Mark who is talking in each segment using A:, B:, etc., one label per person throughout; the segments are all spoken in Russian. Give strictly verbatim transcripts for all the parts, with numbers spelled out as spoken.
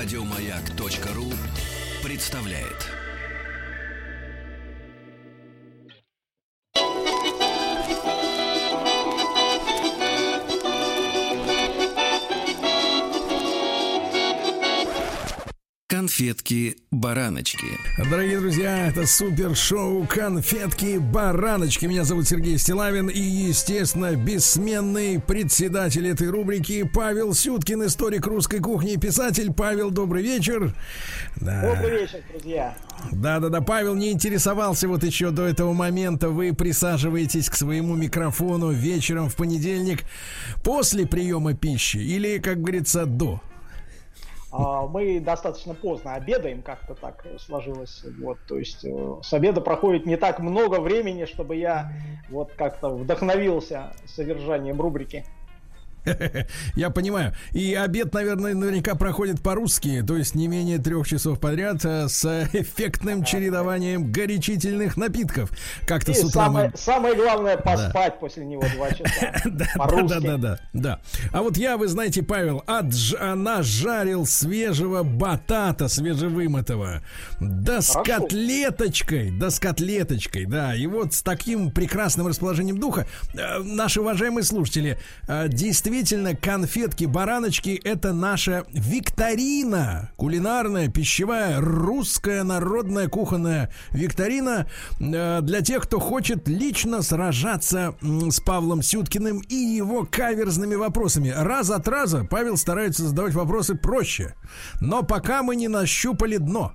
A: Радиомаяк.ру представляет. Конфетки-бараночки.
B: Дорогие друзья, это супер-шоу «Конфетки-бараночки». Меня зовут Сергей Стиллавин и, естественно, бессменный председатель этой рубрики Павел Сюткин, историк русской кухни и писатель. Павел, добрый вечер.
C: Да. Добрый вечер, друзья.
B: Да-да-да, Павел не интересовался вот еще до этого момента. Вы присаживаетесь к своему микрофону вечером в понедельник после приема пищи или, как говорится, до?
C: Мы достаточно поздно обедаем, как-то так сложилось. Вот, то есть с обеда проходит не так много времени, чтобы я вот как-то вдохновился содержанием рубрики.
B: Я понимаю. И обед, наверное, наверняка проходит по-русски, то есть не менее трех часов подряд с эффектным чередованием горячительных напитков. Как-то
C: и
B: с утра
C: самое,
B: мы...
C: самое главное поспать да. после него два часа.
B: Да, да, да, да. А вот я, вы знаете, Павел, отж... нажарил свежего батата, свежевымытого, да с Хорошо. котлеточкой, да с котлеточкой, да. И вот с таким прекрасным расположением духа, наши уважаемые слушатели, действительно, Действительно, конфетки-бараночки — это наша викторина, кулинарная, пищевая, русская народная кухонная викторина э, для тех, кто хочет лично сражаться м, с Павлом Сюткиным и его каверзными вопросами. Раз от раза Павел старается задавать вопросы проще, но пока мы не нащупали дно.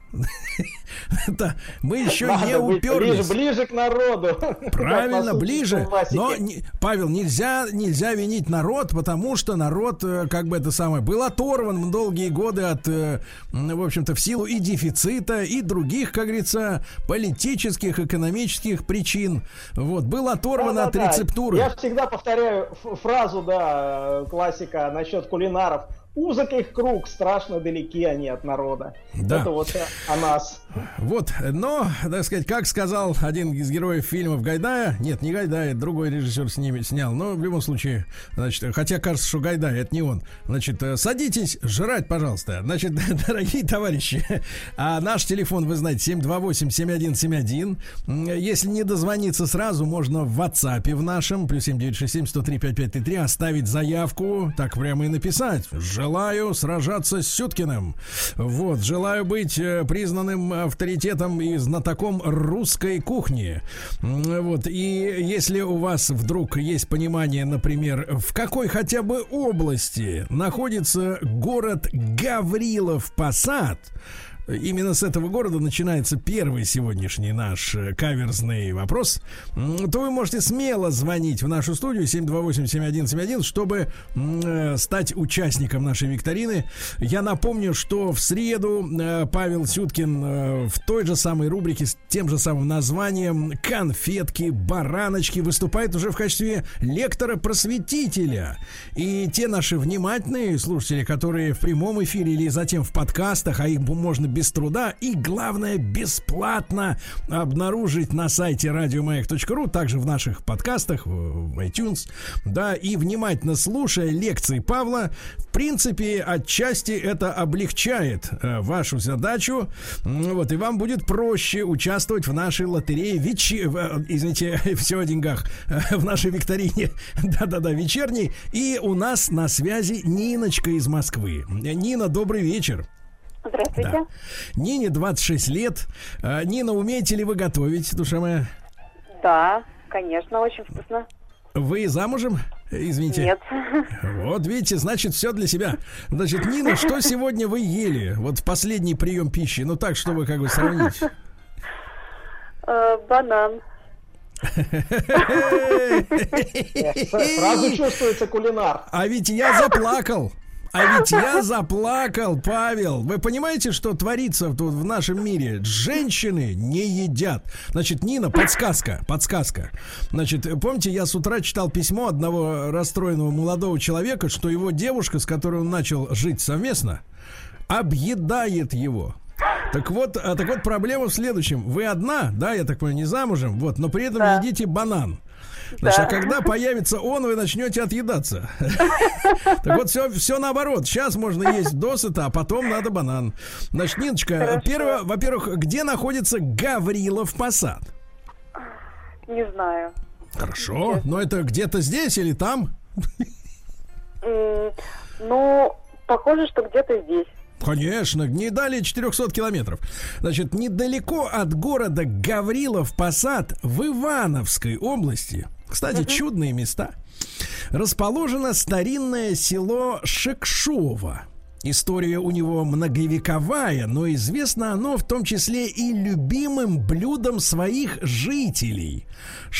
B: Мы еще не уперлись.
C: Ближе к народу.
B: Правильно, ближе. Но, Павел, нельзя нельзя винить народ, потому что народ, как бы это самое, был оторван долгие годы от, в общем-то, в силу и дефицита, и других, как говорится, политических, экономических причин. Вот, был оторван да, от да, рецептуры.
C: Я всегда повторяю фразу, да, классика насчет кулинаров. Узок их круг, страшно далеки они от народа.
B: Да.
C: Это вот о нас.
B: Вот, но, так сказать, как сказал один из героев фильмов Гайдая, нет, не Гайдая, другой режиссер с ними снял, но в любом случае, значит, хотя кажется, что Гайдай, это не он. Значит, садитесь жрать, пожалуйста. Значит, дорогие товарищи, а наш телефон, вы знаете, семь два восемь семь один семь один. Если не дозвониться сразу, можно в WhatsApp в нашем, плюс семь девятьсот шестьдесят семь сто три пятьдесят пять тридцать три, оставить заявку, так прямо и написать. Желаю сражаться с Сюткиным. Вот, желаю быть э, признанным авторитетом и знатоком русской кухни. Вот, и если у вас вдруг есть понимание, например, в какой хотя бы области находится город Гаврилов Посад, именно с этого города начинается первый сегодняшний наш каверзный вопрос, то вы можете смело звонить в нашу студию семь два восемь семь один семь один, чтобы э, стать участником нашей викторины. Я напомню, что в среду э, Павел Сюткин э, в той же самой рубрике с тем же самым названием «Конфетки-бараночки» выступает уже в качестве лектора-просветителя. И те наши внимательные слушатели, которые в прямом эфире или затем в подкастах, а их можно без труда и, главное, бесплатно обнаружить на сайте радиомаяк точка ру, также в наших подкастах, в iTunes, да, и внимательно слушая лекции Павла, в принципе, отчасти это облегчает э, вашу задачу, вот, и вам будет проще участвовать в нашей лотерее, вечи... э, извините, все о деньгах, э, в нашей викторине, да-да-да, вечерней, и у нас на связи Ниночка из Москвы. Нина, добрый вечер.
D: Здравствуйте.
B: Да. Нине двадцать шесть лет. А, Нина, умеете ли вы готовить, душа моя?
D: Да, конечно, очень вкусно.
B: Вы замужем? Извините.
D: Нет.
B: Вот, видите, значит, все для себя. Значит, Нина, что сегодня вы ели? Вот в последний прием пищи. Ну так, чтобы как бы сравнить.
D: Банан.
C: Сразу чувствуется кулинар.
B: А ведь я заплакал. А ведь я заплакал, Павел. Вы понимаете, что творится тут в нашем мире? Женщины не едят. Значит, Нина, подсказка, подсказка. Значит, помните, я с утра читал письмо одного расстроенного молодого человека, что его девушка, с которой он начал жить совместно, объедает его. Так вот, а, так вот, проблема в следующем. Вы одна, да, я так понимаю, не замужем, вот, но при этом да. едите банан. Значит, а когда появится он, вы начнете отъедаться. Так вот, все, все наоборот. Сейчас можно есть досыта, а потом надо банан. Значит, Ниночка, первое, во-первых, где находится Гаврилов Посад?
D: Не знаю.
B: Хорошо, но это где-то здесь или там?
D: М, Ну, похоже, что где-то здесь.
B: Конечно, не далее четырехсот километров. Значит, недалеко от города Гаврилов Посад в Ивановской области, кстати, uh-huh. чудные места, расположено старинное село Шекшово. История у него многовековая, но известно оно в том числе и любимым блюдом своих жителей.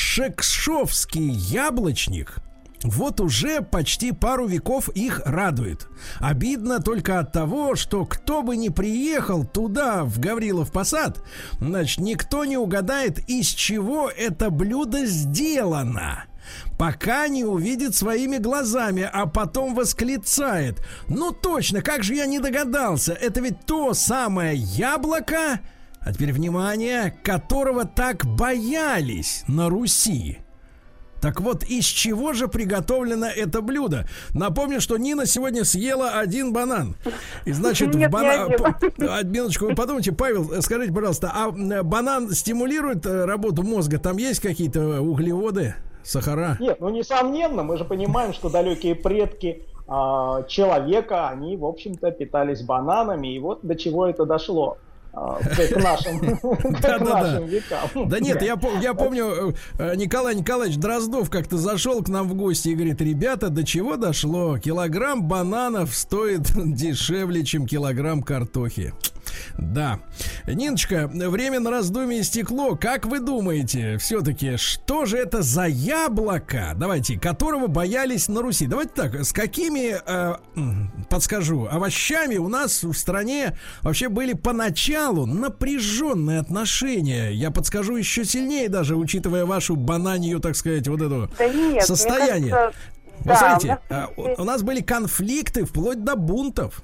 B: Шекшовский яблочник вот уже почти пару веков их радует. Обидно только от того, что кто бы ни приехал туда, в Гаврилов Посад, значит, никто не угадает, из чего это блюдо сделано, пока не увидит своими глазами, а потом восклицает: ну точно, как же я не догадался, это ведь то самое яблоко, а теперь внимание, которого так боялись на Руси. Так вот, из чего же приготовлено это блюдо? Напомню, что Нина сегодня съела один банан. И значит,
D: Нет,
B: в банан... Минуточку, вы подумайте, Павел, скажите, пожалуйста, а банан стимулирует работу мозга? Там есть какие-то углеводы, сахара?
C: Нет, ну несомненно, мы же понимаем, что далекие предки э, человека, они, в общем-то, питались бананами, и вот до чего это дошло. К нашим,
B: да,
C: к
B: да,
C: нашим
B: да.
C: векам.
B: Да нет, я, я помню, Николай Николаевич Дроздов как-то зашел к нам в гости и говорит: ребята, до чего дошло? Килограмм бананов стоит дешевле, чем килограмм картохи. Да. Ниночка, время на раздумье истекло. Как вы думаете, все-таки, что же это за яблоко, давайте, которого боялись на Руси? Давайте так, с какими, э, подскажу, овощами у нас в стране вообще были поначалу напряженные отношения? Я подскажу еще сильнее, даже учитывая вашу бананью, так сказать, вот это
D: да нет,
B: состояние.
D: Кажется,
B: вот
D: да,
B: смотрите,
D: у нас...
B: у, у нас были конфликты вплоть до бунтов.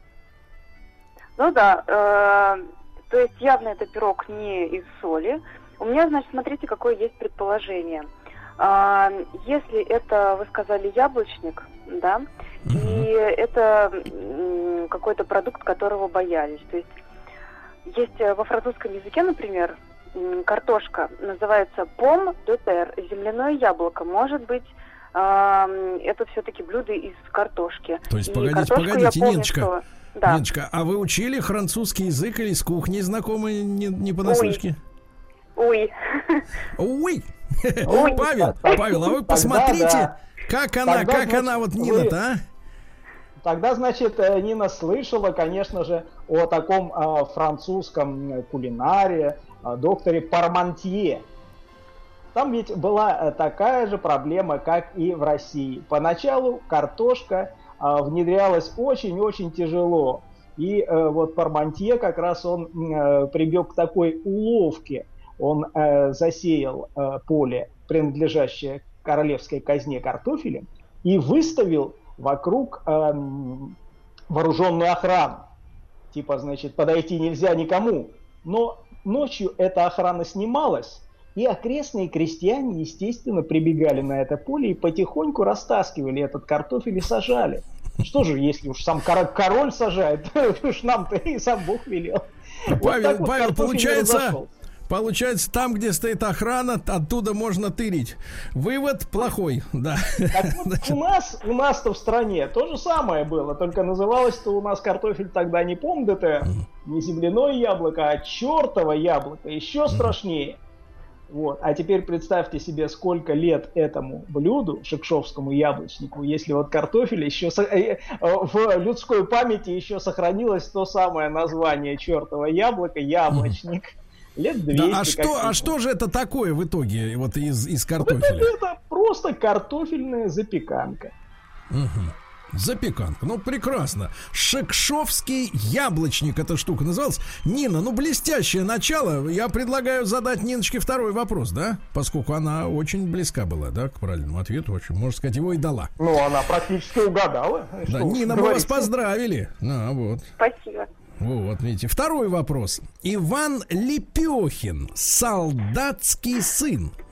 D: Ну да, э, то есть явно это пирог не из соли. У меня, значит, смотрите, какое есть предположение. Э, если это, вы сказали, яблочник, да, mm-hmm. и это м, какой-то продукт, которого боялись. То есть есть во французском языке, например, м, картошка называется пом де тер, земляное яблоко. Может быть, э, это все-таки блюдо из картошки.
B: То есть,
D: и
B: погодите, погодите,
D: помню,
B: Ниночка.
D: что... Да.
B: Ниночка, а вы учили французский язык или с кухней знакомы не, не понаслышке?
D: Ой.
B: Ой.
D: Ой.
B: Павел, Павел, а вы посмотрите,
C: да.
B: как она,
C: Тогда,
B: как
C: значит,
B: она, вот Нина-то, а?
C: Тогда, значит, Нина слышала, конечно же, о таком э, французском кулинаре, э, докторе Пармантье. Там ведь была э, такая же проблема, как и в России. Поначалу картошка внедрялось очень-очень тяжело. И э, вот Пармантье как раз он э, прибег к такой уловке. Он э, засеял э, поле, принадлежащее королевской казне, картофелем, и выставил вокруг э, вооруженную охрану. Типа, значит, подойти нельзя никому. Но ночью эта охрана снималась, и окрестные крестьяне, естественно, прибегали на это поле и потихоньку растаскивали этот картофель и сажали. Что же, если уж сам король сажает, уж нам-то и сам Бог велел.
B: Павел,
C: вот
B: Павел, получается, получается, там, где стоит охрана, оттуда можно тырить. Вывод плохой, да.
C: Так вот, у нас, у нас-то в стране то же самое было, только называлось-то у нас картофель тогда не пом де тер, не земляное яблоко, а чертово яблоко, еще страшнее. Вот. А теперь представьте себе, сколько лет этому блюду, шекшовскому яблочнику, если вот картофель еще со... в людской памяти еще сохранилось то самое название чертова яблоко, яблочник. Лет двести.
B: Да, а, что, а что же это такое в итоге вот из, из картофеля?
C: Вот это, это просто картофельная запеканка.
B: Угу. Запеканка, ну прекрасно. Шекшовский яблочник эта штука называлась. Нина, ну блестящее начало. Я предлагаю задать Ниночке второй вопрос, да? Поскольку она очень близка была, да, к правильному ответу. Очень, можно сказать, его и дала.
C: Ну, она практически угадала.
B: Да, Нина, мы вас поздравили. На, вот.
D: Спасибо.
B: Вот, видите. Второй вопрос. Иван Лепехин, солдатский сын.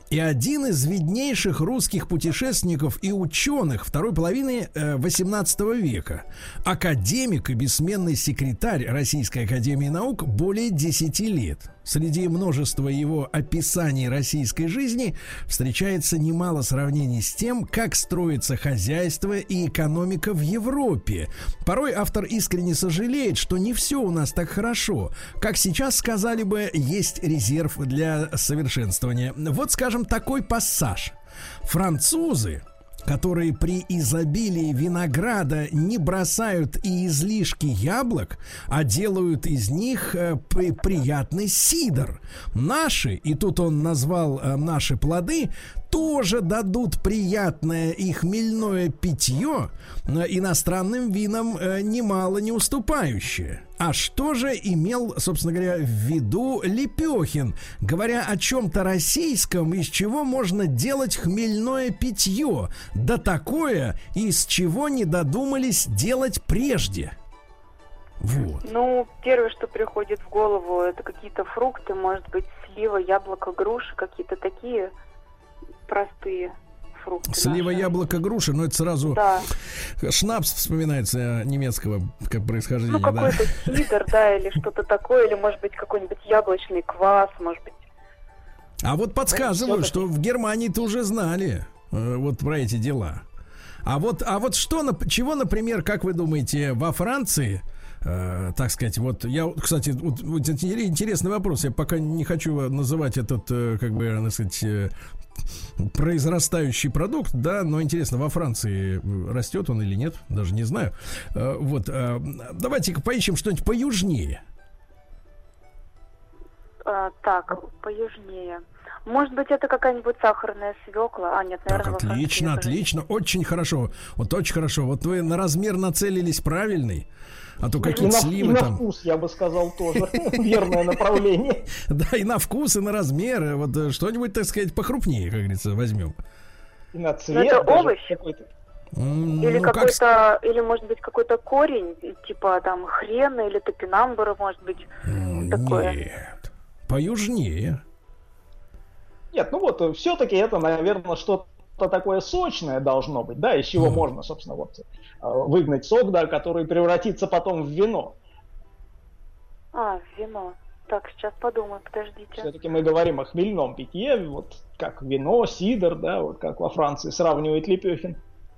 B: и один из виднейших русских путешественников и ученых второй половины восемнадцатого века. Академик и бессменный секретарь Российской академии наук более десяти лет. Среди множества его описаний российской жизни встречается немало сравнений с тем, как строится хозяйство и экономика в Европе. Порой автор искренне сожалеет, что не все у нас так хорошо. Как сейчас сказали бы, есть резерв для совершенствования. Вот, скажем, такой пассаж. Французы, которые при изобилии винограда не бросают и излишки яблок, а делают из них э, при, приятный сидр. Наши, и тут он назвал э, наши плоды, тоже дадут приятное и хмельное питье, э, иностранным винам э, немало не уступающее. А что же имел, собственно говоря, в виду Лепехин, говоря о чем-то российском, из чего можно делать хмельное питье, да такое, из чего не додумались делать прежде? Вот.
D: Ну, первое, что приходит в голову, это какие-то фрукты, может быть, слива, яблоко, груши, какие-то такие простые фрукты.
B: Слива,
D: наши.
B: Яблоко, груши, но это сразу
D: да.
B: Шнапс вспоминается немецкого как происхождения.
D: Ну, какой-то
B: да?
D: сидр, да, или что-то такое, или, может быть, какой-нибудь яблочный квас, может быть.
B: А вот подсказывают, что в Германии-то уже знали э, вот про эти дела. А вот, а вот что, чего, например, как вы думаете, во Франции, э, так сказать, вот я, кстати, вот, вот интересный вопрос, я пока не хочу называть этот, э, как бы, так сказать, э, произрастающий продукт, да, но интересно, во Франции растет он или нет, даже не знаю. Э, вот, э, давайте-ка поищем что-нибудь поюжнее.
D: А, так, поюжнее. Может быть, это какая-нибудь сахарная свекла? А, нет, наверное,
B: так, отлично, отлично, очень хорошо. Вот очень хорошо. Вот вы на размер нацелились правильный, а то какие-то сливы там.
C: И на вкус, я бы сказал, тоже верное направление.
B: Да, и на вкус, и на размер. Вот что-нибудь, так сказать, похрупнее, как говорится, возьмем.
C: И на цвет.
D: Это овощ? Или
B: ну,
D: какой-то, как... или может быть какой-то корень, типа там хрена или топинамбура, может быть,
B: Нет,
D: такое.
B: Поюжнее.
C: Нет, ну вот, все-таки это, наверное, что-то такое сочное должно быть, да, из чего mm. можно, собственно, вот выгнать сок, да, который превратится потом в вино.
D: А, вино. Так, сейчас подумаю, подождите.
C: Все-таки мы говорим о хмельном питье, вот как вино, сидр, да, вот как во Франции сравнивает Лепехин.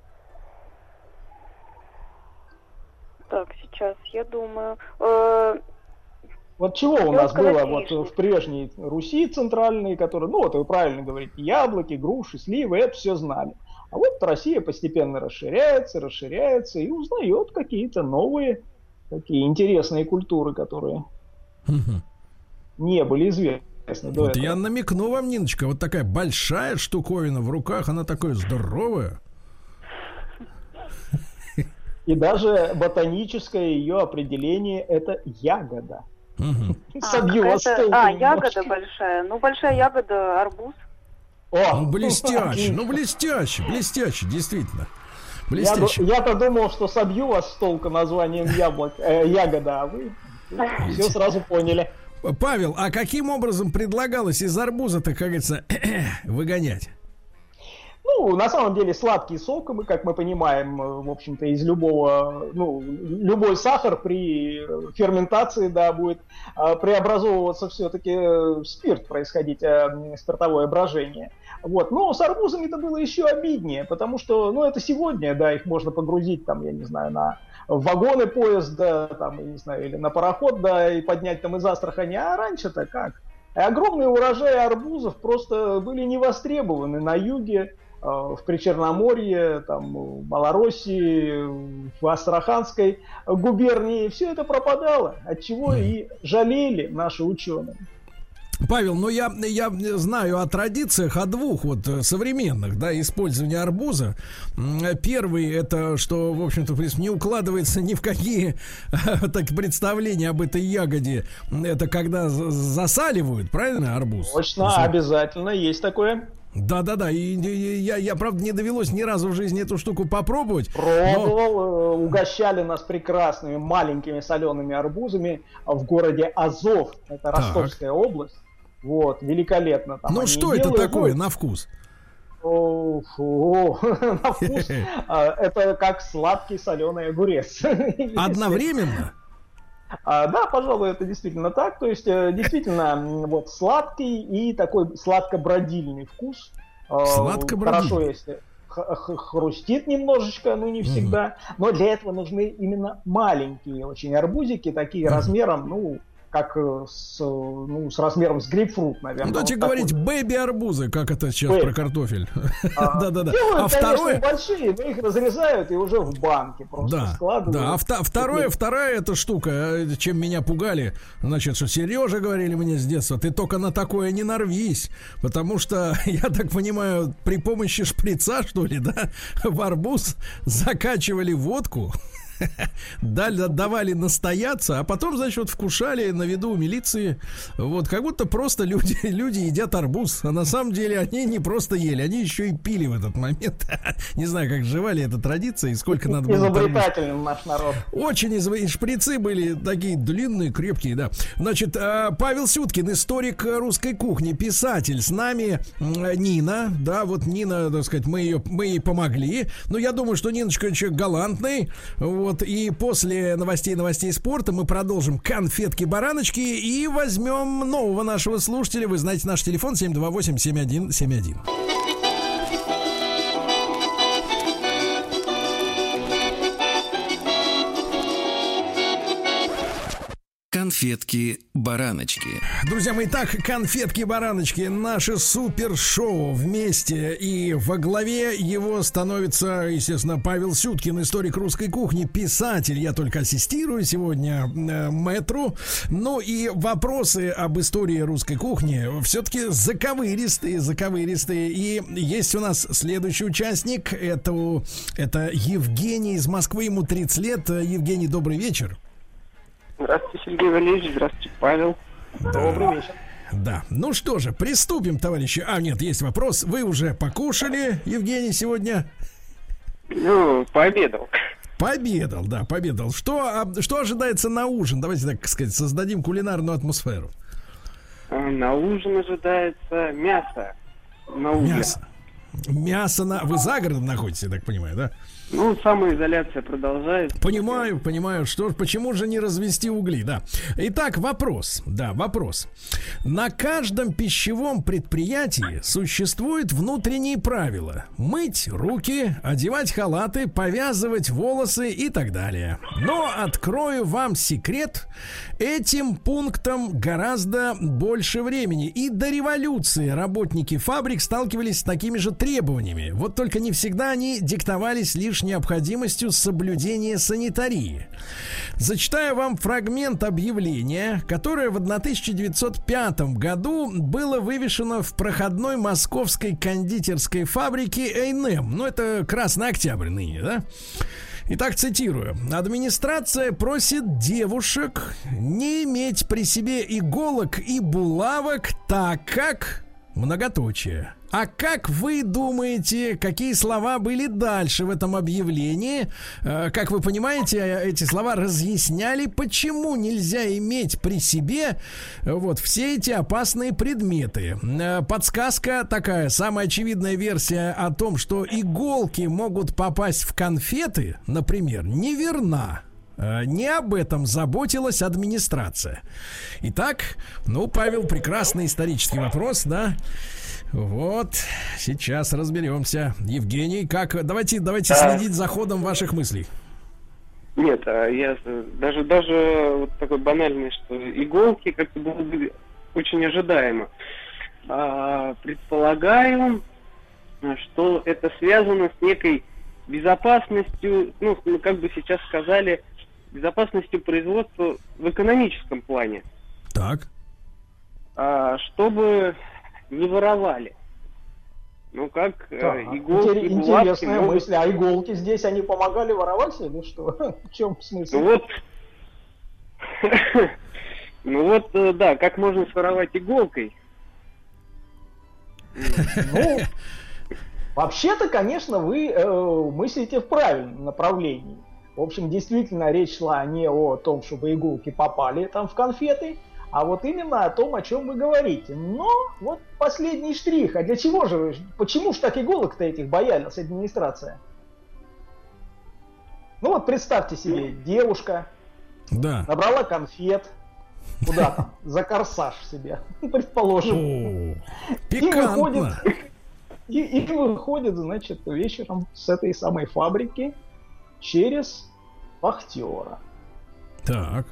D: Так, сейчас я думаю. Э-
C: Вот чего у нас было вот в прежней Руси центральной, которые, ну вот вы правильно говорите, яблоки, груши, сливы, это все знали. А вот Россия постепенно расширяется, расширяется и узнает какие-то новые, такие интересные культуры, которые угу. не были известны до
B: вот
C: этого.
B: Я намекну вам, Ниночка, вот такая большая штуковина в руках, она такая здоровая.
C: И даже ботаническое ее определение — это ягода.
B: Угу.
C: Собью
D: а,
C: вас с толку
D: а,
C: немножко.
D: ягода большая. Ну, большая ягода, арбуз.
C: О,
B: ну, блестяще, ну, блестяще, блестяще, действительно. Блестяще.
C: Я, я-то думал, что собью вас с толку названием яблок, э, ягода, а вы все сразу поняли.
B: Павел, а каким образом предлагалось из арбуза-то, как говорится, выгонять?
C: Ну, на самом деле, сладкий сок, мы, как мы понимаем, в общем-то, из любого, ну, любой сахар при ферментации, да, будет а, преобразовываться все-таки в спирт, происходить а, спиртовое брожение. Вот. Но с арбузами это было еще обиднее, потому что, ну, это сегодня, да, их можно погрузить, там, я не знаю, на вагоны поезда, там, я не знаю, или на пароход, да, и поднять там из Астрахани, а раньше-то как? И огромные урожаи арбузов просто были не востребованы на юге, в Причерноморье, там, в Малороссии, в Астраханской губернии. Все это пропадало, от чего и жалели наши ученые.
B: Павел, ну я, я знаю о традициях, о двух вот современных, да, использования арбуза. Первый, это что, в общем-то, в принципе, не укладывается ни в какие так, представления об этой ягоде. Это когда засаливают, правильно, арбуз?
C: Точно,
B: Засаливают.
C: Обязательно, есть такое.
B: Да-да-да, и, и я, я, правда, не довелось ни разу в жизни эту штуку попробовать.
C: Пробовал, но... угощали нас прекрасными маленькими солеными арбузами в городе Азов, это Ростовская так. область. Вот, великолепно. Там
B: ну что это
C: делают,
B: такое
C: ну,
B: на вкус?
C: О, фу, на вкус это как сладкий соленый огурец.
B: Одновременно?
C: А, да, пожалуй, это действительно так. То есть, действительно, вот сладкий и такой сладко-бродильный вкус.
B: Сладко-бродильный.
C: Хорошо, если хрустит немножечко, но не всегда. Mm-hmm. Но для этого нужны именно маленькие очень арбузики, такие mm-hmm. размером, ну, как с, ну, с размером с грейпфрут, наверное.
B: Ну, давайте
C: вот
B: говорить бэби-арбузы, как это сейчас
C: бэби.
B: Про картофель.
C: Да-да-да. А второе... большие, но их разрезают и уже в банке просто
B: да,
C: складывают.
B: Да, а вта- второе, вторая эта штука, чем меня пугали, значит, что Сережа, говорили мне с детства, ты только на такое не нарвись, потому что, я так понимаю, при помощи шприца, что ли, да, в арбуз закачивали водку, давали настояться, а потом, значит, вот вкушали на виду у милиции. Вот, как будто просто люди, люди едят арбуз. А на самом деле они не просто ели, они еще и пили в этот момент. Не знаю, как жевали эта традиция и сколько надо было.
C: Изобретательный наш народ.
B: Очень изобретательные. Шприцы были такие длинные, крепкие, да. Значит, Павел Сюткин, историк русской кухни, писатель. С нами Нина, да, вот Нина, так сказать, мы ее, мы ей помогли. Но я думаю, что Ниночка человек галантный. Вот. Вот, и после новостей, новостей спорта мы продолжим конфетки-бараночки и возьмем нового нашего слушателя. Вы знаете наш телефон семь два восемь семь один семь один.
A: Конфетки-бараночки.
B: Друзья мои, так, конфетки-бараночки, наше супершоу вместе. И во главе его становится, естественно, Павел Сюткин, историк русской кухни, писатель. Я только ассистирую сегодня э, мэтру. Ну и вопросы об истории русской кухни все-таки заковыристые, заковыристые. И есть у нас следующий участник. Это, это Евгений из Москвы, ему тридцать лет. Евгений, добрый вечер.
E: Здравствуйте, Сергей Валерьевич. Здравствуйте, Павел.
B: Да. Добрый вечер. Да. Ну что же, приступим, товарищи. А, нет, есть вопрос. Вы уже покушали, Евгений, сегодня?
E: Ну, пообедал.
B: Пообедал, да, пообедал. Что, а, что ожидается на ужин? Давайте, так сказать, создадим кулинарную атмосферу.
E: На ужин ожидается мясо. На ужин.
B: Мясо. Мясо на... Вы за городом находитесь, я так понимаю, да?
E: Ну, самоизоляция продолжается.
B: Понимаю, понимаю. Что, почему же не развести угли, да. Итак, вопрос. Да, вопрос. На каждом пищевом предприятии существуют внутренние правила. Мыть руки, одевать халаты, повязывать волосы и так далее. Но открою вам секрет. Этим пунктам гораздо больше времени. И до революции работники фабрик сталкивались с такими же требованиями. Вот только не всегда они диктовались лишь необходимостью соблюдения санитарии. Зачитаю вам фрагмент объявления, которое в тысяча девятьсот пятом году было вывешено в проходной московской кондитерской фабрике эй энд эм. Ну, это Красный Октябрь ныне, да? Итак, цитирую. Администрация просит девушек не иметь при себе иголок и булавок, так как... Многоточие. А как вы думаете, какие слова были дальше в этом объявлении? Как вы понимаете, эти слова разъясняли, почему нельзя иметь при себе вот все эти опасные предметы. Подсказка такая, самая очевидная версия о том, что иголки могут попасть в конфеты, например, неверна. Не об этом заботилась администрация. Итак, ну, Павел, прекрасный исторический вопрос, да? Вот, сейчас разберемся. Евгений, как? Давайте, давайте
E: да.
B: следить за ходом ваших мыслей.
E: Нет, я даже, даже вот такой банальный, что иголки как-то было бы очень ожидаемо. А, предполагаю, что это связано с некой безопасностью, ну, как бы сейчас сказали, безопасностью производства в экономическом плане.
B: Так.
E: А, чтобы не воровали. Ну, как
C: да,
E: э, иголки,
C: интересная
E: булавки,
C: мысль. А иголки здесь, они помогали воровать или что? В чем смысл?
E: Ну вот, ну вот, да, как можно своровать иголкой?
C: Ну, вообще-то, конечно, вы э, мыслите в правильном направлении. В общем, действительно, речь шла не о том, чтобы иголки попали там в конфеты, а вот именно о том, о чем вы говорите. Но вот последний штрих. А для чего же вы, почему же так иголок-то этих боялась администрация? Ну вот представьте себе, девушка
B: да.
C: набрала конфет, куда там, за корсаж себе, предположим.
B: О,
C: и выходит, и, и выходит, значит, вечером с этой самой фабрики через вахтера.
B: Так.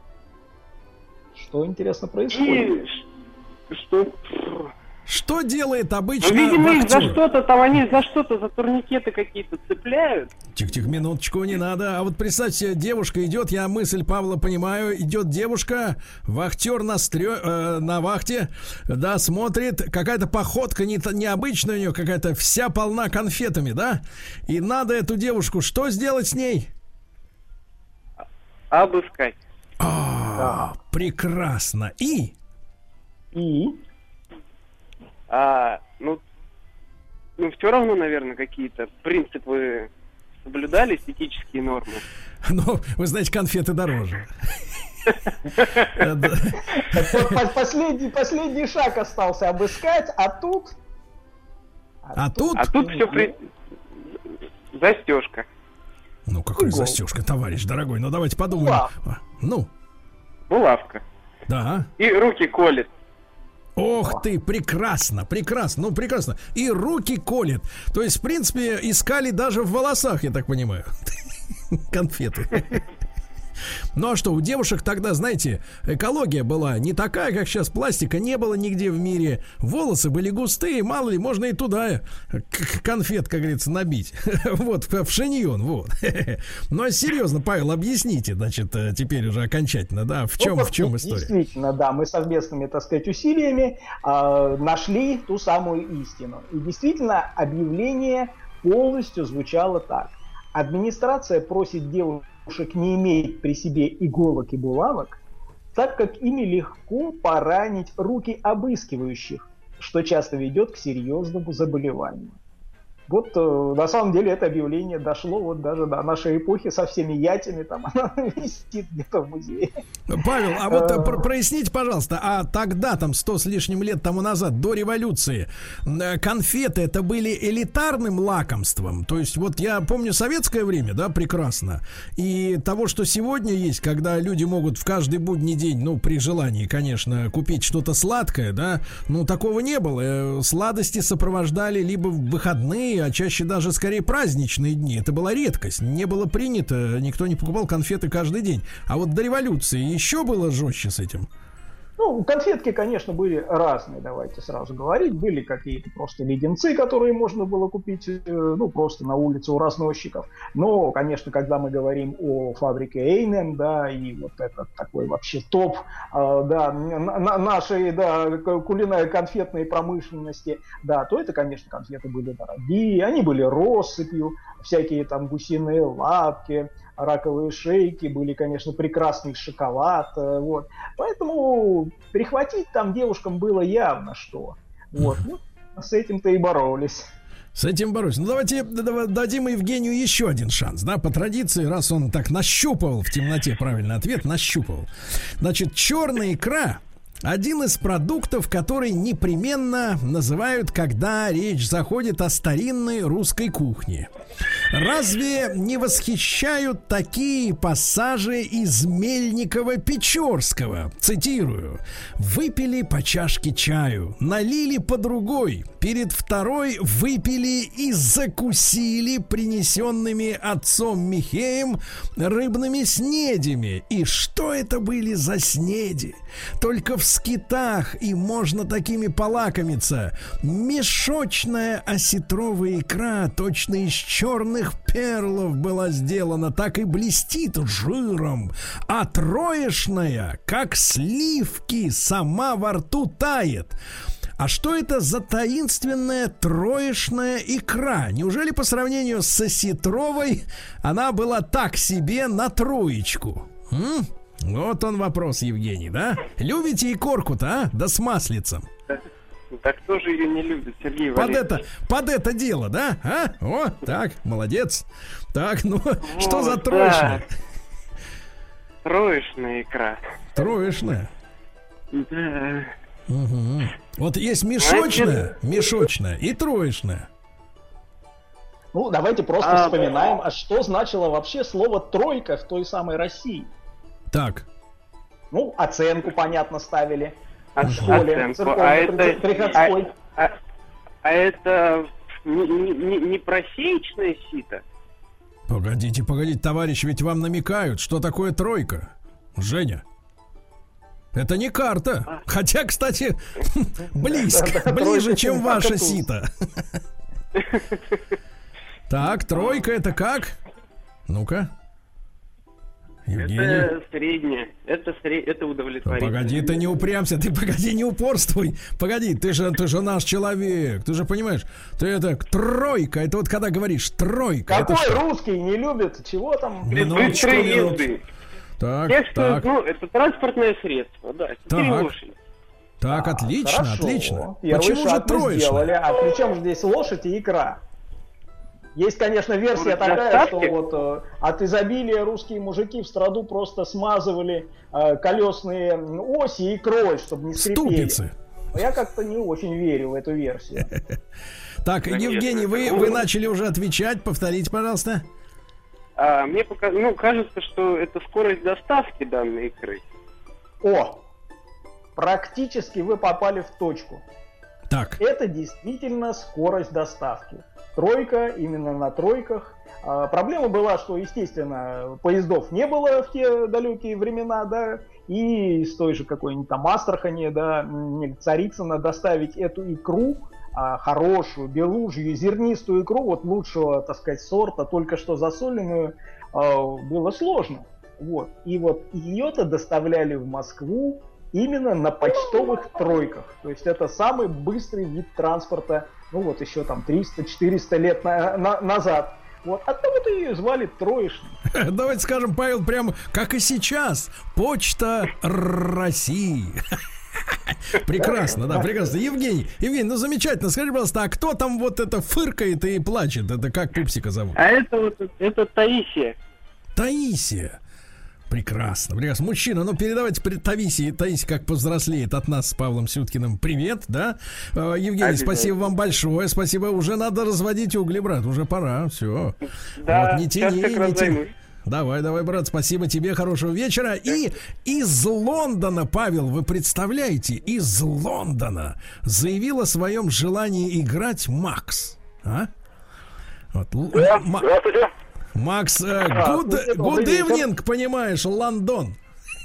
C: Что, интересно, происходит?
E: И что...
B: Что делает обычно
E: ну, видимо,
B: вахтер?
E: их за что-то там, они за что-то, за турникеты какие-то цепляют.
B: Тихо-тихо, минуточку, не надо. А вот представьте, девушка идет, я мысль Павла понимаю, идет девушка, вахтер на, стрё, э, на вахте, да, смотрит, какая-то походка не, необычная у нее, какая-то вся полна конфетами, да? И надо эту девушку, что сделать с ней?
E: Обыскать.
B: А, прекрасно. И?
C: И?
E: А, ну, ну, все равно, наверное, какие-то принципы соблюдались, этические нормы.
B: Ну, вы знаете, конфеты дороже.
C: Последний, последний шаг остался обыскать, а тут...
B: А тут...
E: А тут все при... Застежка.
B: Ну, какая застежка, товарищ дорогой? Ну, давайте подумаем. Ну?
E: Булавка.
B: Да.
E: И руки колет.
B: Ох ты, прекрасно, прекрасно, ну прекрасно. И руки колет. То есть, в принципе, искали даже в волосах, я так понимаю, конфеты. Ну а что, у девушек тогда, знаете, экология была не такая, как сейчас, пластика не было нигде в мире. Волосы были густые, мало ли, можно и туда конфет, как говорится, набить. Вот, в шиньон, вот. Ну а серьезно, Павел, объясните, значит, теперь уже окончательно, да, в чем,
C: ну,
B: в чем история?
C: Действительно, да, мы совместными, так сказать, усилиями э, нашли ту самую истину. И действительно, объявление полностью звучало так. Администрация просит девушек не иметь при себе иголок и булавок, так как ими легко поранить руки обыскивающих, что часто ведет к серьезному заболеванию. Вот э, на самом деле это объявление дошло вот даже до нашей эпохи со всеми ятями, там она висит где-то в музее.
B: Павел, а вот про- проясните, пожалуйста, а тогда, там, сто с лишним лет тому назад, до революции, конфеты это были элитарным лакомством? То есть, вот я помню советское время, да, прекрасно, и того, что сегодня есть, когда люди могут в каждый будний день, ну, при желании, конечно, купить что-то сладкое, да, ну, такого не было. Сладости сопровождали либо в выходные, а чаще даже скорее праздничные дни. Это была редкость. Не было принято, никто не покупал конфеты каждый день. А вот до революции еще было жестче с этим.
C: Ну, конфетки, конечно, были разные, давайте сразу говорить. Были какие-то просто леденцы, которые можно было купить, ну, просто на улице у разносчиков. Но, конечно, когда мы говорим о фабрике Эйнем, да, и вот этот такой вообще топ, да, нашей, да, кулинарной конфетной промышленности, да, то это, конечно, конфеты были дорогие, они были россыпью, всякие там гусиные лапки, раковые шейки, были, конечно, прекрасный шоколад, вот. Поэтому перехватить там девушкам было явно что. Вот. Ну, с этим-то и боролись.
B: С этим боролись. Ну, давайте дадим Евгению еще один шанс, да, по традиции, раз он так нащупывал в темноте правильный ответ, нащупывал. Значит, черная икра — один из продуктов, который непременно называют, когда речь заходит о старинной русской кухне. Разве не восхищают такие пассажи из Мельникова-Печорского? Цитирую. «Выпили по чашке чаю, налили по другой, перед второй выпили и закусили принесенными отцом Михеем рыбными снедями. И что это были за снеди? Только в скитах и можно такими полакомиться. Мешочная осетровая икра, точно из черных перлов была сделана, так и блестит жиром, а троечная, как сливки, сама во рту тает». А что это за таинственная троечная икра? Неужели по сравнению с осетровой она была так себе на троечку? М? Вот он вопрос, Евгений, да? Любите икорку-то, а? Да с маслицем.
E: Так кто же ее не любит, Сергей
B: под
E: Валерьевич?
B: это, под это дело, да? А? О, так, молодец. Так, ну, вот, что за троечная?
E: Да. Троечная икра.
B: Троечная.
E: Да.
B: Угу. Вот есть мешочная, мешочная и троечная.
C: Ну, давайте просто
E: А,
C: вспоминаем, а что значило вообще слово «тройка» в той самой России.
B: Так.
C: Ну, оценку, понятно, ставили.
E: О-
C: В школе,
E: оценку.
C: церковной,
E: А это,
C: приходской.
E: а, а- а это не, не- не- не просеечное сито?
B: Погодите, погодите, товарищ, ведь вам намекают, что такое тройка. Женя. Это не карта. Хотя, кстати, близко, ближе, чем ваше сито. Так, тройка это как? Ну-ка. Евгений.
E: Это среднее. Это, сре... это
B: Ну,
E: удовлетворительно.
B: погоди, ты не упрямся, ты погоди, не упорствуй. Погоди, ты же, ты же наш человек, ты же понимаешь, ты это тройка, это вот когда говоришь тройка.
C: Какой
B: это что?
C: русский не любит? Чего там?
B: Минуточку,
E: Быстрой
B: минуточку.
E: езды.
B: Так,
E: Те, что,
B: так,
E: ну, это транспортное средство, да. Четыре
B: Так.
E: лошади.
B: так, отлично,
C: Хорошо.
B: отлично.
C: Первый
B: Почему же
C: шаг мы сделали.
B: троечная?
C: А при чем же здесь лошадь и икра? Есть, конечно, версия
E: Может,
C: такая,
E: доставки?
C: что вот э, от изобилия русские мужики в страду просто смазывали э, колесные оси икрой, чтобы не скрипели.
B: Ступицы.
C: Но я как-то не очень верю в эту версию.
B: Так,
E: Конечно.
B: Евгений, вы, вы начали уже отвечать, повторите, пожалуйста.
E: А, мне пока, ну, кажется, что это скорость доставки данной икры.
C: О! Практически вы попали в точку.
B: Так,
C: Это действительно скорость доставки. Тройка, именно на тройках. А, проблема была, что, естественно, поездов не было в те далекие времена, да, и с той же какой-нибудь там Астрахани, да, м, Царицына доставить эту икру, а, хорошую, белужью, зернистую икру, вот лучшего, так сказать, сорта, только что засоленную, а, было сложно. Вот. И вот ее-то доставляли в Москву именно на почтовых тройках. То есть это самый быстрый вид транспорта, ну вот еще там триста-четыреста лет на- на- назад. Вот, оттого-то ее звали троечной.
B: давайте скажем, Павел, прямо как и сейчас. Почта России. Прекрасно, да, прекрасно. Евгений, Евгений, ну замечательно. Скажи, пожалуйста, а кто там вот это фыркает и плачет? Это как пупсика зовут?
E: А это вот, это Таисия.
B: Таисия. Прекрасно, прекрасно. Мужчина, ну передавайте при Таисии, Таисия как повзрослеет от нас с Павлом Сюткиным. Привет, да? Э, Евгений, спасибо вам большое. Спасибо. Уже надо разводить угли, брат. Уже пора. Все.
E: Да,
B: вот, не
E: сейчас
B: тяни,
E: как
B: не
E: раз
B: тяни.
E: займусь.
B: Давай, давай, брат, спасибо тебе, хорошего вечера. И из Лондона, Павел, вы представляете, из Лондона заявил о своем желании играть Макс. А? Вот, л-
F: Да,
B: Ма-
F: здравствуйте.
B: Макс, э,
C: Здравствуйте,
B: good,
C: добрый
B: good
C: вечер.
B: evening, понимаешь, Лондон.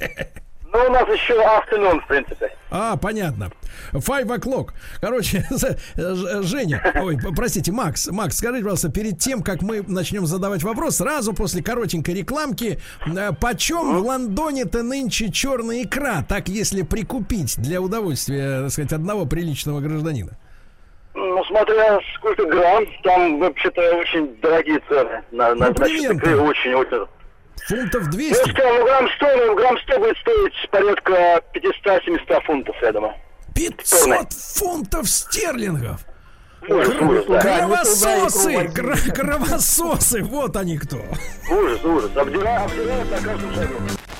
F: Ну, у нас еще afternoon, в принципе.
B: А, понятно. Five o'clock. Короче, Ж- Женя, ой, п- простите, Макс, Макс, скажите, пожалуйста, перед тем, как мы начнем задавать вопрос, сразу после коротенькой рекламки, э, почем в Лондоне-то нынче черная икра, так если прикупить для удовольствия, так сказать, одного приличного гражданина?
F: Ну, смотря сколько грамм, там вообще-то очень дорогие цены. На, на,
B: Ну, примерно.
F: значит, очень-очень.
B: Фунтов
F: Ну,
B: двести?
F: что, ну, грамм сто, ну, грамм сто будет стоить порядка пятьсот-семьсот фунтов, я думаю.
B: пятьсот фунтов стерлингов!
F: Ужас, ужас, да.
B: Кровососы!
C: Да, не туда икру
B: кр- Кровососы! Вот они кто!
F: Ужас, ужас. Обдирают, обдирают на каждом шагу.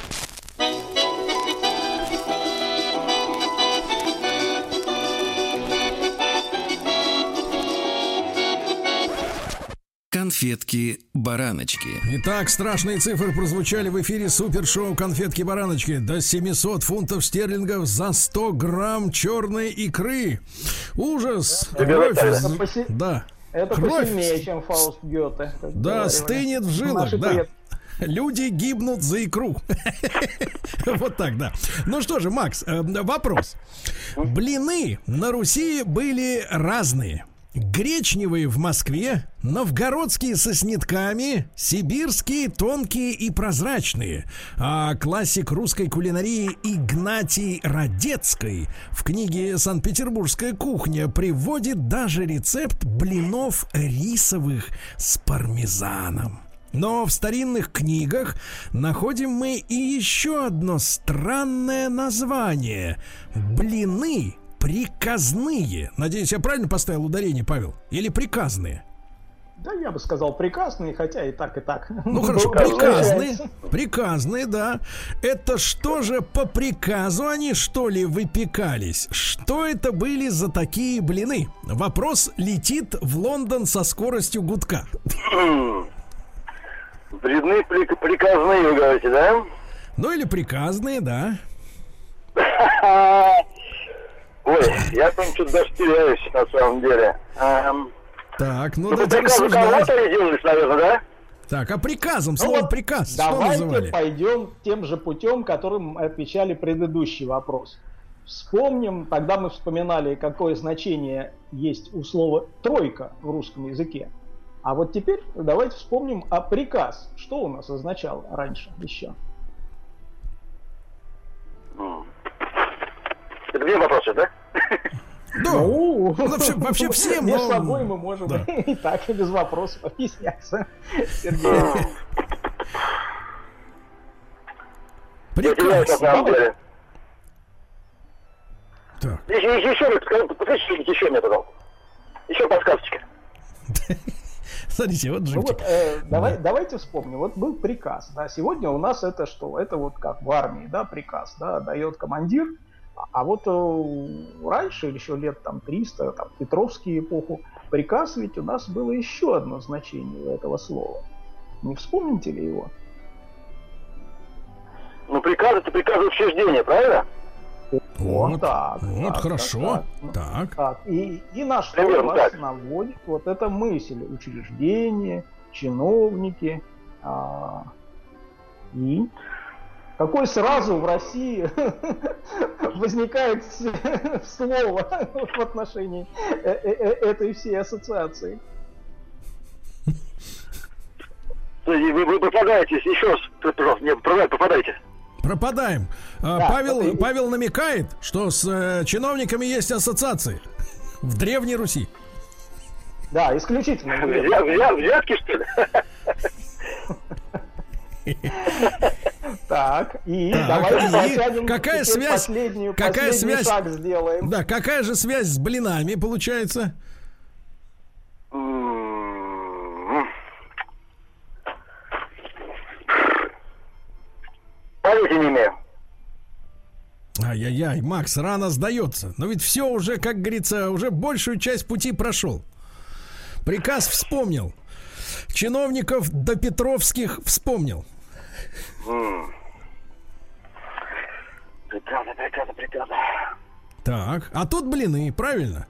A: Конфетки-бараночки.
B: Итак, страшные цифры прозвучали в эфире супершоу «Конфетки-бараночки». До семисот фунтов стерлингов за сто грамм черной икры. Ужас! Кровь,
F: Это
B: з-
C: поси-
B: да.
C: Это
B: Кровь.
C: посильнее, чем Фауст Гёте. как
B: Да,
C: говорили.
B: стынет в жилах,
C: Наши
B: да.
C: предки.
B: Люди гибнут за икру. Вот так, да. Ну что же, Макс, э, вопрос. Блины на Руси были разные. Гречневые в Москве, новгородские со снетками, сибирские тонкие и прозрачные. А классик русской кулинарии Игнатий Радецкий в книге «Санкт-Петербургская кухня» приводит даже рецепт блинов рисовых с пармезаном. Но в старинных книгах находим мы и еще одно странное название – блины приказные. Надеюсь, я правильно поставил ударение, Павел? Или приказные?
C: Да, я бы сказал приказные, хотя и так, и так.
B: Ну хорошо, приказные, приказные, да. Это что же, по приказу они, что ли, выпекались? Что это были за такие блины? Вопрос летит в Лондон со скоростью гудка.
F: Блины приказные, вы говорите, да?
B: Ну или приказные, да.
F: Ой, я там что-то даже теряюсь, на самом деле.
B: Так, ну,
F: ну
B: давайте
F: рассуждать. Делались, наверное, да?
B: Так, а приказом,
C: ну,
B: словом
C: вот
B: приказ, что
C: давайте
B: называли?
C: Пойдем тем же путем, которым отвечали предыдущий вопрос. Вспомним, тогда мы вспоминали, какое значение есть у слова «тройка» в русском языке. А вот теперь давайте вспомним о приказ. Что у нас означало раньше еще?
F: Это мне вопрос, да?
B: Да, ну, вообще, вообще всем.
C: Между
B: но...
C: собой мы можем да. и так, и без вопросов объясняться. Сергей.
B: Приказ.
F: Так. Еще, еще, еще мне, пожалуйста. Еще подсказочка.
B: Смотрите, вот
C: ну вот, э, давай, да. Давайте вспомним. Вот был приказ. Да, сегодня у нас это что? Это вот как в армии, да, приказ, да, дает командир. А вот э, раньше, еще лет там триста, там, в Петровскую эпоху, приказ ведь у нас было еще одно значение у этого слова. Не вспомните ли его?
F: Ну, приказ — это приказ учреждения, правильно?
B: Вот,
C: вот так.
B: Вот,
C: так,
B: хорошо.
C: Так.
B: так.
C: так. И, и на что Примерно вас так. наводит вот эта мысль. Учреждения, чиновники. А, и... Какое сразу в России возникает слово в отношении этой всей ассоциации?
F: Вы, вы попадаетесь, еще раз, пожалуйста, не попадайте.
B: Пропадаем. Да, Павел, это... Павел намекает, что с э, чиновниками есть ассоциации в Древней Руси.
C: Да, исключительно.
F: Взятки, что ли?
C: Так, и
B: так,
C: давайте
B: и какая связь,
C: последнюю,
B: какая связь,
C: шаг сделаем.
B: Да, какая же связь с блинами получается?
F: Понятия не имею.
B: Ай-яй-яй, Макс, рано сдается. Но ведь все уже, как говорится, уже большую часть пути прошел. Приказ вспомнил. Чиновников допетровских вспомнил.
F: Приказы, приказы, приказы.
B: Так, а тут блины, правильно?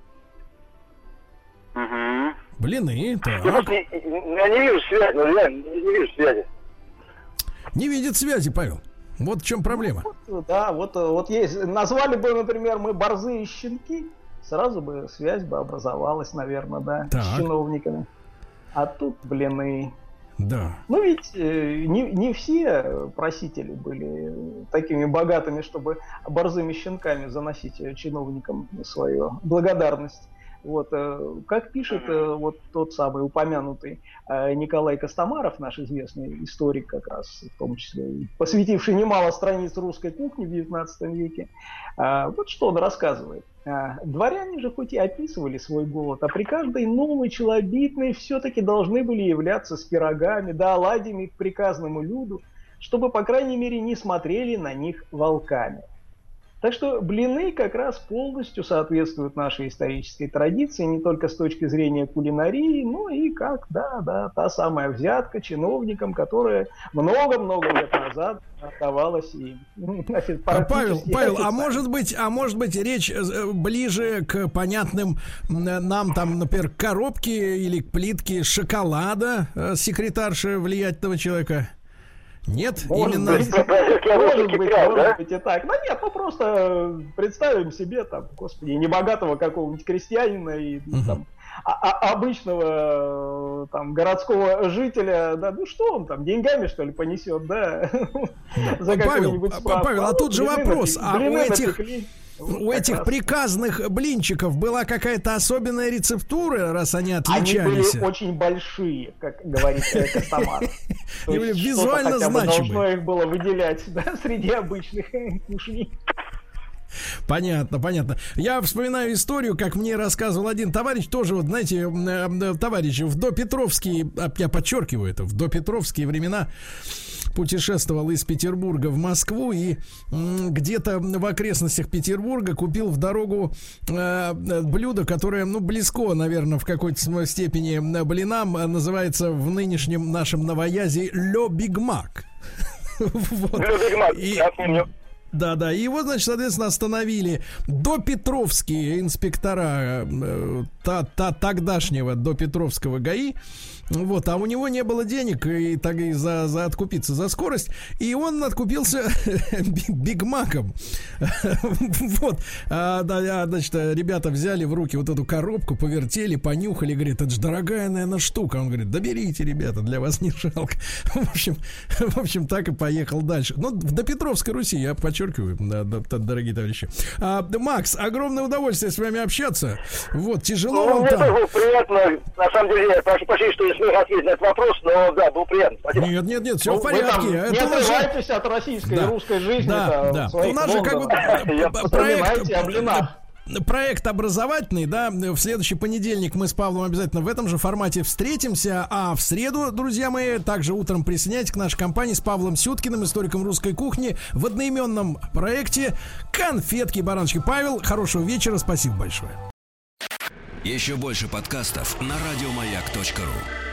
F: Угу.
B: Блины, так.
F: Я, не, я не вижу связи, я не, не вижу связи.
B: Не видит связи, Павел. Вот в чем проблема.
C: Вот, да, вот, вот есть. Назвали бы, например, мы борзые щенки, сразу бы связь бы образовалась, наверное, да, так. с чиновниками. А тут блины.
B: Да.
C: Ну ведь э, не, не все просители были такими богатыми, чтобы борзыми щенками заносить чиновникам свою благодарность. Вот, э, как пишет э, вот тот самый упомянутый э, Николай Костомаров, наш известный историк, как раз в том числе посвятивший немало страниц русской кухни в девятнадцатом веке, э, вот что он рассказывает. Э, дворяне же хоть и описывали свой голод, а при каждой новой челобитной все-таки должны были являться с пирогами да оладьями к приказному люду, чтобы, по крайней мере, не смотрели на них волками. Так что блины как раз полностью соответствуют нашей исторической традиции, не только с точки зрения кулинарии, но и как, да, да, та самая взятка чиновникам, которая много-много лет назад отдавалась им.
B: А, Павел, Павел, а может быть, а может быть речь ближе к понятным нам там, например, коробке или к плитке шоколада секретарши влиятельного человека? Нет,
C: может
B: именно...
C: Быть, может быть, может да? быть и так. Ну нет, ну просто представим себе там, господи, небогатого какого-нибудь крестьянина и угу. там, а, а, обычного там городского жителя, да, ну что он там, деньгами что ли понесет, да?
B: да. За какую-нибудь справку. Павел, а тут же вопрос, а у этих... У этих раз. приказных блинчиков была какая-то особенная рецептура, раз они отличались?
C: Они были очень большие, как говорит Костомаров.
B: Визуально значимые.
C: Должно их было выделять да, среди обычных кушаний.
B: Понятно, понятно. Я вспоминаю историю, как мне рассказывал один товарищ, тоже, вот, знаете, товарищ в допетровские, я подчеркиваю это, в допетровские времена путешествовал из Петербурга в Москву и где-то в окрестностях Петербурга купил в дорогу э, блюдо, которое, ну, близко, наверное, в какой-то степени блинам, называется в нынешнем нашем новоязе «Ле Биг Мак».
F: «Ле Биг Мак», я помню.
B: Да, да, и его, значит, соответственно, остановили допетровские инспектора э, та, та, тогдашнего допетровского ГАИ. Вот, а у него не было денег и так и за, за откупиться за скорость, и он откупился Биг-Маком. Вот, а, да, значит, ребята взяли в руки вот эту коробку, повертели, понюхали, говорит, это же дорогая, наверное, штука. Он говорит, да берите, ребята, для вас не жалко. В общем, в общем, так и поехал дальше. Ну, в Допетровской Руси, я подчеркиваю, да, да, дорогие товарищи. А, Макс, огромное удовольствие с вами общаться. Вот, тяжело
F: ну,
B: вам
F: мне
B: там.
F: тоже приятно, на самом деле, я прошу прощения, что я смог ответить на этот вопрос, но да, был приятно. Спасибо.
B: Нет, нет, нет, все
C: Ну,
B: в порядке.
C: Вы там не
B: Это уже...
C: отрывайтесь от российской
B: Да.
C: и русской жизни.
B: Да, да. У нас же как бы проект,
C: о блинах.
B: проект образовательный, да. В следующий понедельник мы с Павлом обязательно в этом же формате встретимся. А в среду, друзья мои, также утром присоединяйтесь к нашей компании с Павлом Сюткиным, историком русской кухни, в одноименном проекте «Конфетки-бараночки». Павел, хорошего вечера, спасибо большое.
A: Еще больше подкастов на радиомаяк точка ру.